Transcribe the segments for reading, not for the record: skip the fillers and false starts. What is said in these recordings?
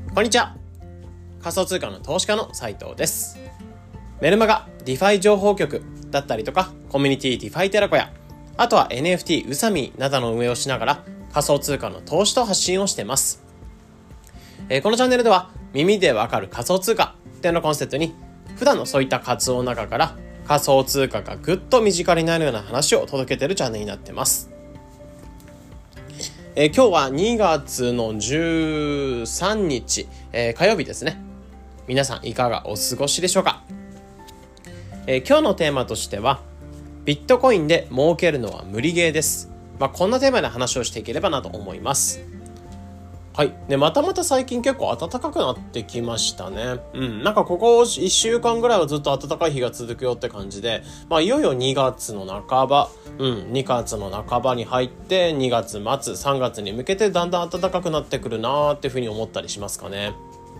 こんにちは。仮想通貨の投資家の斉藤です。メルマガ DeFi 情報局だったりとか、コミュニティ DeFi テラコや、あとは NFT ウサミなどの運営をしながら仮想通貨の投資と発信をしています。このチャンネルでは耳でわかる仮想通貨っていうのをコンセプトに、普段のそういった活動の中から仮想通貨がぐっと身近になるような話を届けているチャンネルになっています。今日は2月の13日、火曜日ですね。皆さんいかがお過ごしでしょうか。今日のテーマとしては、ビットコインで儲けるのは無理ゲーです。こんなテーマで話をしていければなと思います。はい。で、また最近結構暖かくなってきましたね。なんかここ1週間ぐらいはずっと暖かい日が続くよって感じで、いよいよ2月の半ば、2月の半ばに入って2月末、3月に向けてだんだん暖かくなってくるなーっていうふうに思ったりしますかね。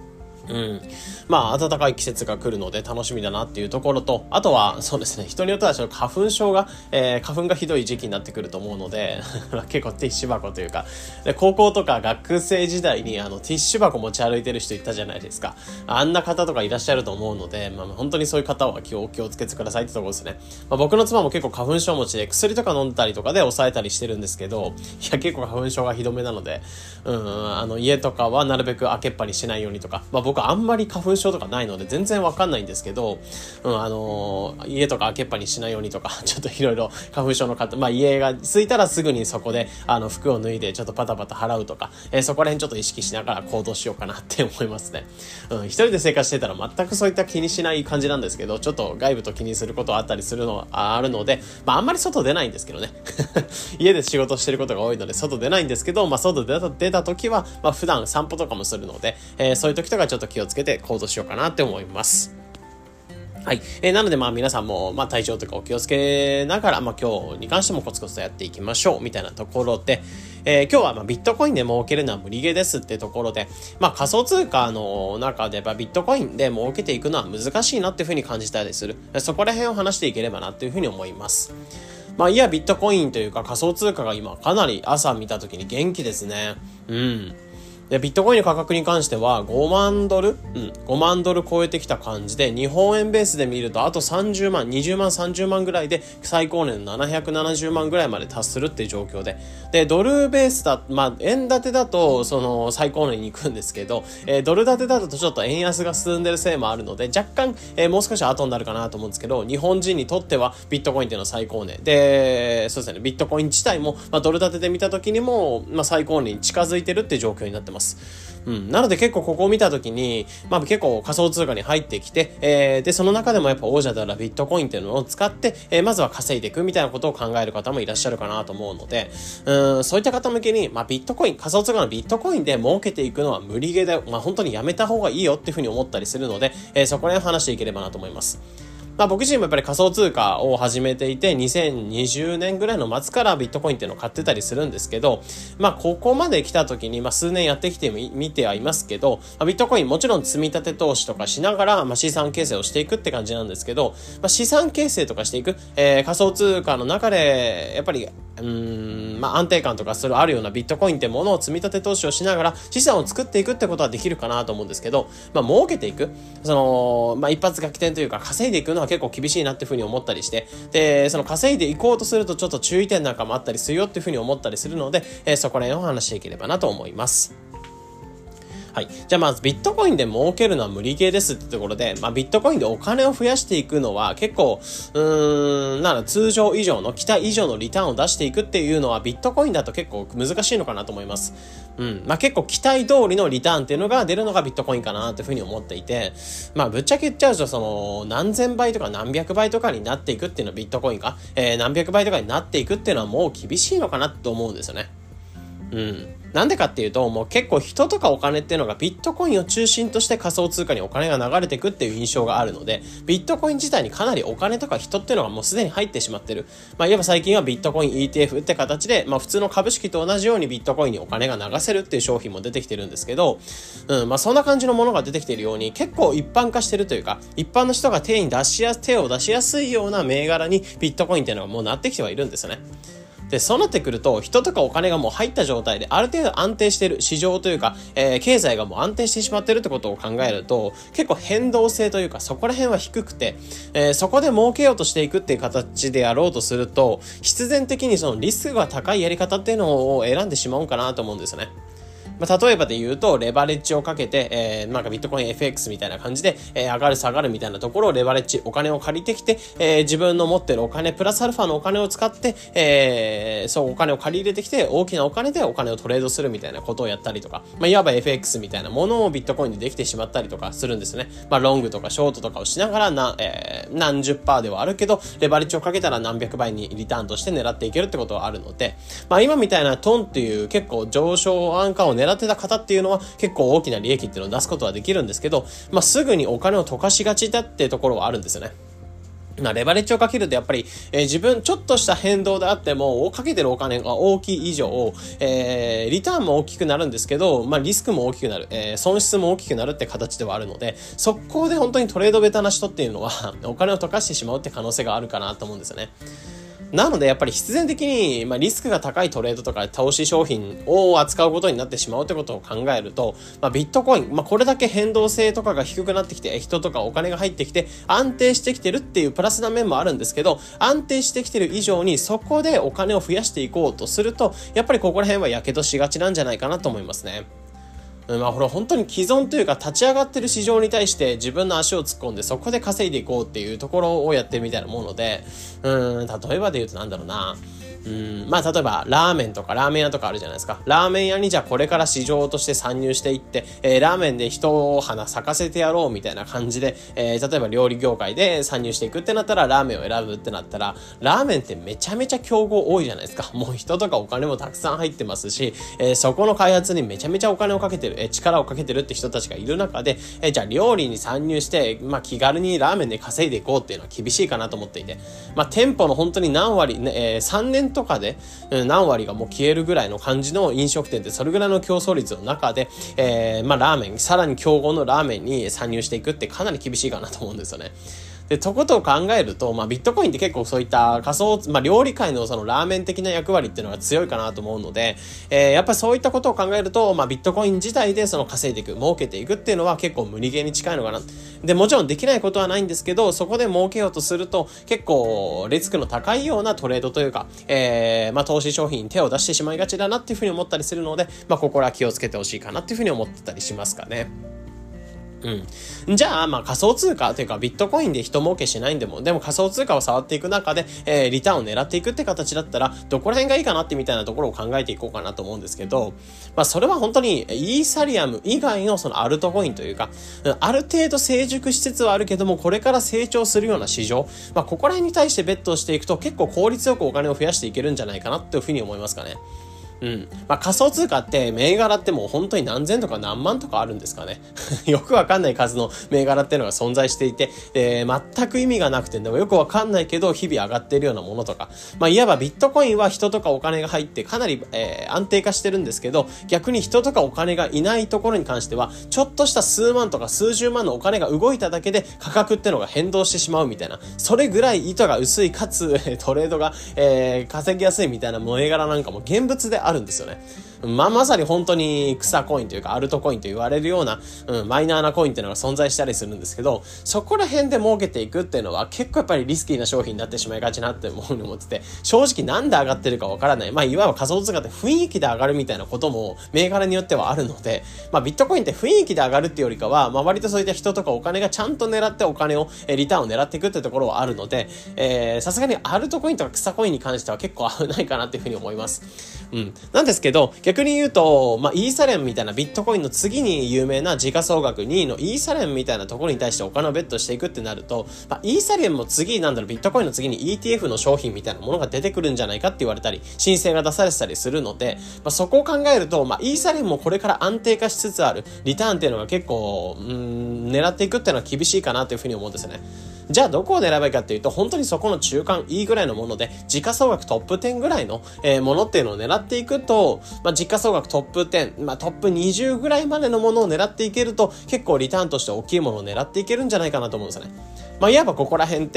暖かい季節が来るので楽しみだなっていうところと、あとはそうですね、人によっては花粉症が、花粉がひどい時期になってくると思うので結構ティッシュ箱というか、高校とか学生時代にティッシュ箱持ち歩いてる人いたじゃないですか。あんな方とかいらっしゃると思うので、本当にそういう方はお気をつけてくださいってところですね。僕の妻も結構花粉症持ちで薬とか飲んだりとかで抑えたりしてるんですけど、結構花粉症がひどめなので、家とかはなるべく開けっぱにしないようにとか、僕あんまり花粉症とかないので全然わかんないんですけど、家とか開けっぱにしないようにとか、ちょっといろいろ花粉症の方、家が空いたらすぐにそこで服を脱いでちょっとパタパタ払うとか、そこら辺ちょっと意識しながら行動しようかなって思いますね。一人で生活してたら全くそういった気にしない感じなんですけど、ちょっと外部と気にすることはあったりするのはあるので、あんまり外出ないんですけどね家で仕事してることが多いので外出ないんですけど、外出た時は、普段散歩とかもするので、そういう時とかちょっと気をつけて行動しようかなって思います。はい。なので皆さんも体調とかお気をつけながら、今日に関してもコツコツとやっていきましょうみたいなところで、今日はビットコインで儲けるのは無理ゲーですってところで、仮想通貨の中でビットコインで儲けていくのは難しいなっていうふうに感じたりする。そこら辺を話していければなっていうふうに思います。いやビットコインというか仮想通貨が今かなり朝見た時に元気ですね。でビットコインの価格に関しては5万ドル超えてきた感じで、日本円ベースで見るとあと30万、20万、30万ぐらいで最高値の770万ぐらいまで達するっていう状況で、ドルベースだ、円建てだとその最高値に行くんですけど、ドル建てだとちょっと円安が進んでるせいもあるので、若干、もう少し後になるかなと思うんですけど、日本人にとってはビットコインっていうのは最高値で、そうですね、ビットコイン自体も、ドル建てで見た時にも、最高値に近づいてるっていう状況になってます。なので結構ここを見たときに、結構仮想通貨に入ってきて、で、その中でもやっぱ王者であるビットコインっていうのを使って、まずは稼いでいくみたいなことを考える方もいらっしゃるかなと思うので、そういった方向けに、ビットコイン、仮想通貨のビットコインで儲けていくのは無理ゲーだよ。本当にやめた方がいいよっていうふうに思ったりするので、そこら辺話していければなと思います。僕自身もやっぱり仮想通貨を始めていて、2020年ぐらいの末からビットコインっていうのを買ってたりするんですけど、ここまで来た時に、数年やってきてみてはいますけど、ビットコインもちろん積み立て投資とかしながら、資産形成をしていくって感じなんですけど、資産形成とかしていく、仮想通貨の中で、やっぱり、安定感とかあるようなビットコインってものを積み立て投資をしながら資産を作っていくってことはできるかなと思うんですけど、儲けていく、一発逆転というか稼いでいくのは結構厳しいなっていうふうに思ったりして、で、その稼いでいこうとするとちょっと注意点なんかもあったりするよっていうふうに思ったりするので、そこら辺を話していければなと思います。はい。じゃあまずビットコインで儲けるのは無理ゲーですってところで、ビットコインでお金を増やしていくのは結構、通常以上の、期待以上のリターンを出していくっていうのはビットコインだと結構難しいのかなと思います。結構期待通りのリターンっていうのが出るのがビットコインかなというふうに思っていて、ぶっちゃけ言っちゃうと何千倍とか何百倍とかになっていくっていうのはビットコインか、何百倍とかになっていくっていうのはもう厳しいのかなと思うんですよね。なんでかっていうと、もう結構人とかお金っていうのがビットコインを中心として仮想通貨にお金が流れていくっていう印象があるので、ビットコイン自体にかなりお金とか人っていうのがもうすでに入ってしまってる。いわば最近はビットコイン ETF って形で、普通の株式と同じようにビットコインにお金が流せるっていう商品も出てきてるんですけど、そんな感じのものが出てきているように結構一般化してるというか、一般の人が手を出しやすいような銘柄にビットコインっていうのがもうなってきてはいるんですよね。 で、そうなってくると、人とかお金がもう入った状態で、ある程度安定している市場というか、経済がもう安定してしまっているってことを考えると、結構変動性というか、そこら辺は低くて、そこで儲けようとしていくっていう形でやろうとすると、必然的にそのリスクが高いやり方っていうのを選んでしまうんかなと思うんですね。例えばで言うと、レバレッジをかけて、なんかビットコイン FX みたいな感じで、上がる下がるみたいなところをレバレッジ、お金を借りてきて、自分の持ってるお金、プラスアルファのお金を使って、そうお金を借り入れてきて、大きなお金でお金をトレードするみたいなことをやったりとか、いわば FX みたいなものをビットコインでできてしまったりとかするんですね。ロングとかショートとかをしながら何十パーではあるけど、レバレッジをかけたら何百倍にリターンとして狙っていけるってことはあるので、今みたいなトンっていう結構上昇安価を狙ってた方っていうのは結構大きな利益っていうのを出すことはできるんですけど、すぐにお金を溶かしがちだっていうところはあるんですよね。レバレッジをかけるとやっぱり、自分ちょっとした変動であってもかけてるお金が大きい以上、リターンも大きくなるんですけど、リスクも大きくなる、損失も大きくなるって形ではあるので、速攻で本当にトレードベタな人っていうのはお金を溶かしてしまうって可能性があるかなと思うんですよね。なのでやっぱり必然的に、リスクが高いトレードとか投資商品を扱うことになってしまうってことを考えると、ビットコイン、これだけ変動性とかが低くなってきて、人とかお金が入ってきて安定してきてるっていうプラスな面もあるんですけど、安定してきてる以上にそこでお金を増やしていこうとすると、やっぱりここら辺はやけどしがちなんじゃないかなと思いますね。これ本当に既存というか立ち上がってる市場に対して自分の足を突っ込んでそこで稼いでいこうっていうところをやってるみたいなもので、例えばで言うとなんだろうな。例えばラーメンとかラーメン屋とかあるじゃないですか。ラーメン屋にじゃあこれから市場として参入していって、ラーメンで一花咲かせてやろうみたいな感じで、例えば料理業界で参入していくってなったらラーメンを選ぶってなったら、ラーメンってめちゃめちゃ競合多いじゃないですか。もう人とかお金もたくさん入ってますし、そこの開発にめちゃめちゃお金をかけてる、力をかけてるって人たちがいる中で、じゃあ料理に参入して、気軽にラーメンで稼いでいこうっていうのは厳しいかなと思っていて、店舗の本当に何割、3年とかで何割がもう消えるぐらいの感じの飲食店ってそれぐらいの競争率の中で、ラーメン、さらに競合のラーメンに参入していくってかなり厳しいかなと思うんですよね。で、とことを考えると、ビットコインって結構そういった仮想、料理界のそのラーメン的な役割っていうのが強いかなと思うので、やっぱりそういったことを考えると、ビットコイン自体でその稼いでいく、儲けていくっていうのは結構無理ゲーに近いのかな。で、もちろんできないことはないんですけど、そこで儲けようとすると、結構リスクの高いようなトレードというか、投資商品に手を出してしまいがちだなっていうふうに思ったりするので、ここら気をつけてほしいかなっていうふうに思ってたりしますかね。じゃあ、仮想通貨というかビットコインで人儲けしないんでも仮想通貨を触っていく中で、リターンを狙っていくって形だったら、どこら辺がいいかなってみたいなところを考えていこうかなと思うんですけど、それは本当にイーサリアム以外のそのアルトコインというか、ある程度成熟しつつはあるけども、これから成長するような市場、ここら辺に対してベットをしていくと結構効率よくお金を増やしていけるんじゃないかなっていうふうに思いますかね。仮想通貨って銘柄ってもう本当に何千とか何万とかあるんですかね。よくわかんない数の銘柄っていうのが存在していて、全く意味がなくて、でもよくわかんないけど日々上がっているようなものとか、いわばビットコインは人とかお金が入ってかなり、安定化してるんですけど、逆に人とかお金がいないところに関しては、ちょっとした数万とか数十万のお金が動いただけで価格っていうのが変動してしまうみたいな、それぐらい糸が薄いかつトレードが、稼ぎやすいみたいな銘柄なんかも現物であるんですよね。まさに本当に草コインというかアルトコインと言われるような、マイナーなコインっていうのが存在したりするんですけど、そこら辺で儲けていくっていうのは結構やっぱりリスキーな商品になってしまいがちなって思ってて、正直なんで上がってるかわからない。いわば仮想通貨って雰囲気で上がるみたいなことも銘柄によってはあるので、ビットコインって雰囲気で上がるっていうよりかは、割とそういった人とかお金がちゃんと狙ってお金を、リターンを狙っていくってところはあるので、さすがにアルトコインとか草コインに関しては結構危ないかなっていうふうに思います。なんですけど、逆に言うと、イーサリアムみたいなビットコインの次に有名な時価総額2位のイーサリアムみたいなところに対してお金をベットしていくってなると、イーサリアムも次、ビットコインの次に ETF の商品みたいなものが出てくるんじゃないかって言われたり、申請が出されてたりするので、そこを考えると、イーサリアムもこれから安定化しつつあるリターンっていうのが結構、狙っていくっていうのは厳しいかなというふうに思うんですよね。じゃあどこを狙えばいいかっていうと、本当にそこの中間いいぐらいのもので、時価総額トップ10ぐらいの、ものっていうのを狙っていくと、時価総額トップ10、トップ20ぐらいまでのものを狙っていけると、結構リターンとして大きいものを狙っていけるんじゃないかなと思うんですよね。 いわばここら辺って、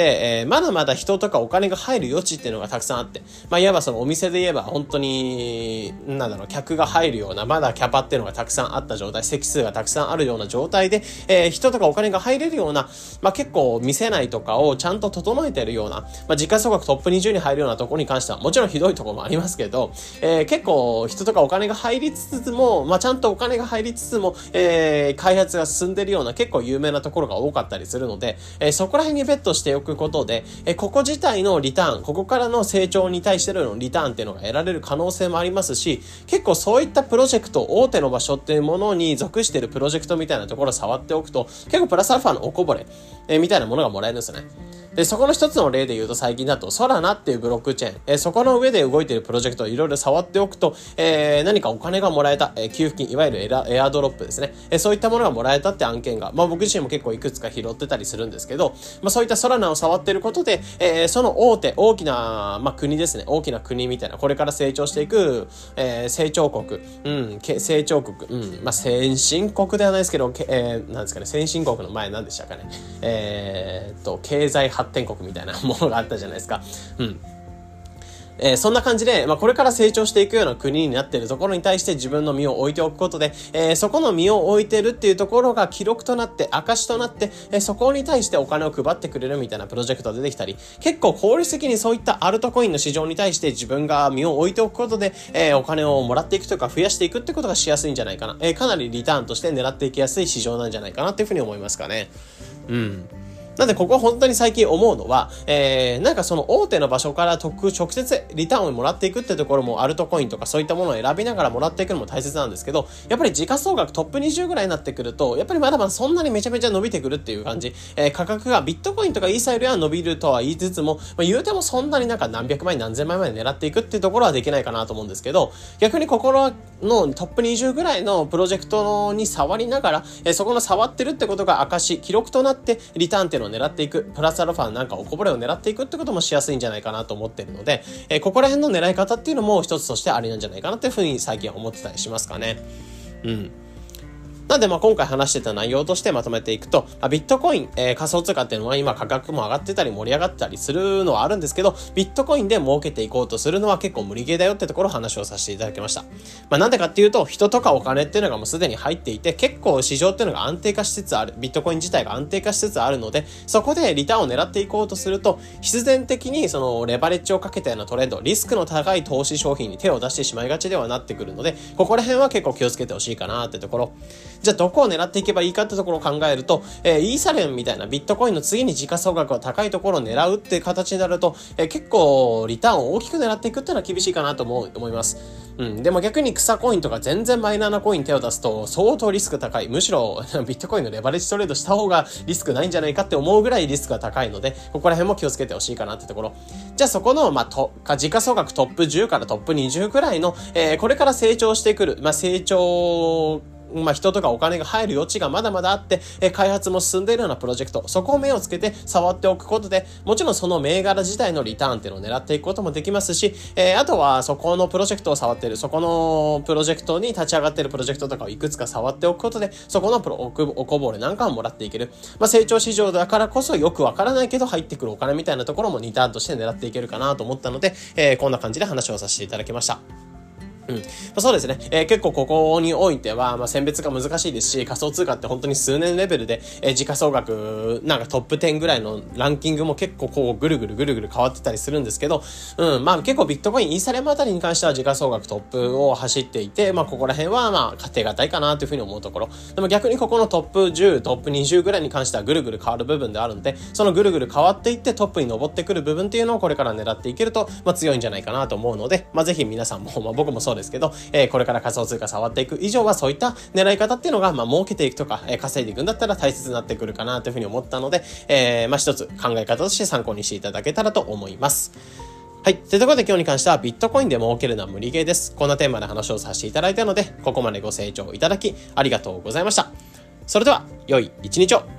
まだまだ人とかお金が入る余地っていうのがたくさんあって、いわばそのお店で言えば本当に、客が入るような、まだキャパっていうのがたくさんあった状態、席数がたくさんあるような状態で、人とかお金が入れるような、結構店内とかをちゃんと整えてるような、時価総額トップ20に入るようなところに関しては、もちろんひどいところもありますけど、結構人とかお金が入りつつも、ちゃんとお金が入りつつも、開発が進んでるような結構有名なところが多かったりするので、そこら辺にベットしておくことで、ここ自体のリターン、ここからの成長に対してのリターンっていうのが得られる可能性もありますし、結構そういったプロジェクト、大手の場所っていうものに属しているプロジェクトみたいなところを触っておくと、結構プラスアルファのおこぼれ、みたいなものがもらえるんですね。で、そこの一つの例で言うと最近だとソラナっていうブロックチェーン、そこの上で動いているプロジェクトをいろいろ触っておくと、何かお金がもらえた、給付金、いわゆるエアドロップですね。そういったものがもらえたって案件が、僕自身も結構いくつか拾ってたりするんですけど、そういったソラナを触っていることで、その大きな、国ですね。大きな国みたいな、これから成長していく、成長国、成長国、先進国ではないですけど、なんですかね、先進国の前何でしたかね。経済発展国みたいなものがあったじゃないですか。そんな感じで、これから成長していくような国になっているところに対して自分の身を置いておくことで、そこの身を置いてるっていうところが記録となって、証となって、そこに対してお金を配ってくれるみたいなプロジェクトが出てきたり、結構効率的にそういったアルトコインの市場に対して自分が身を置いておくことで、お金をもらっていくとか増やしていくってことがしやすいんじゃないかな。かなりリターンとして狙っていきやすい市場なんじゃないかなっていうふうに思いますかね。なんでここ本当に最近思うのは、その大手の場所から直接リターンをもらっていくってところもアルトコインとかそういったものを選びながらもらっていくのも大切なんですけど、やっぱり時価総額トップ20ぐらいになってくると、やっぱりまだまだそんなにめちゃめちゃ伸びてくるっていう感じ。価格がビットコインとかイーサよりは伸びるとは言いつつも、言うてもそんなに何百万何千万まで狙っていくっていうところはできないかなと思うんですけど、逆にここのトップ20ぐらいのプロジェクトに触りながら、そこの触ってるってことが証、記録となってリターンっていうのを狙っていく。プラスアルファおこぼれを狙っていくってこともしやすいんじゃないかなと思っているので、ここら辺の狙い方っていうのも一つとしてありなんじゃないかなっていうふうに最近思ってたりしますかね。なんで今回話してた内容としてまとめていくと、ビットコイン、仮想通貨っていうのは今価格も上がってたり盛り上がったりするのはあるんですけど、ビットコインで儲けていこうとするのは結構無理ゲーだよってところを話をさせていただきました。なんでかっていうと、人とかお金っていうのがもうすでに入っていて、結構市場っていうのが安定化しつつある、ビットコイン自体が安定化しつつあるので、そこでリターンを狙っていこうとすると、必然的にそのレバレッジをかけたようなトレンド、リスクの高い投資商品に手を出してしまいがちではなってくるので、ここら辺は結構気をつけてほしいかなってところ。じゃあどこを狙っていけばいいかってところを考えると、イーサリアムみたいなビットコインの次に時価総額が高いところを狙うっていう形になると、結構リターンを大きく狙っていくっていうのは厳しいかなと思います。でも逆に草コインとか全然マイナーなコイン手を出すと相当リスク高い。むしろビットコインのレバレッジトレードした方がリスクないんじゃないかって思うぐらいリスクが高いので、ここら辺も気をつけてほしいかなってところ。じゃあそこの、時価総額トップ10からトップ20くらいの、これから成長してくる、成長人とかお金が入る余地がまだまだあって、開発も進んでいるようなプロジェクト、そこを目をつけて触っておくことで、もちろんその銘柄自体のリターンっていうのを狙っていくこともできますし、あとはそこのプロジェクトを触っている、そこのプロジェクトに立ち上がっているプロジェクトとかをいくつか触っておくことで、そこのおこぼれなんかをもらっていける。成長市場だからこそよくわからないけど入ってくるお金みたいなところもリターンとして狙っていけるかなと思ったので、こんな感じで話をさせていただきました。そうですね。結構ここにおいては、選別が難しいですし、仮想通貨って本当に数年レベルで、時価総額、トップ10ぐらいのランキングも結構ぐるぐる変わってたりするんですけど、結構ビットコイン、イーサリアムあたりに関しては時価総額トップを走っていて、ここら辺は手堅いかなというふうに思うところ。でも逆にここのトップ10、トップ20ぐらいに関してはぐるぐる変わる部分であるので、そのぐるぐる変わっていってトップに登ってくる部分っていうのをこれから狙っていけると、強いんじゃないかなと思うので、ぜひ皆さんも、僕もそうですけど、これから仮想通貨触っていく以上はそういった狙い方っていうのが、儲けていくとか、稼いでいくんだったら大切になってくるかなというふうに思ったので、一つ考え方として参考にしていただけたらと思います。はい。というところで今日に関してはビットコインで儲けるのは無理ゲーです。こんなテーマで話をさせていただいたので、ここまでご清聴いただきありがとうございました。それでは、良い一日を。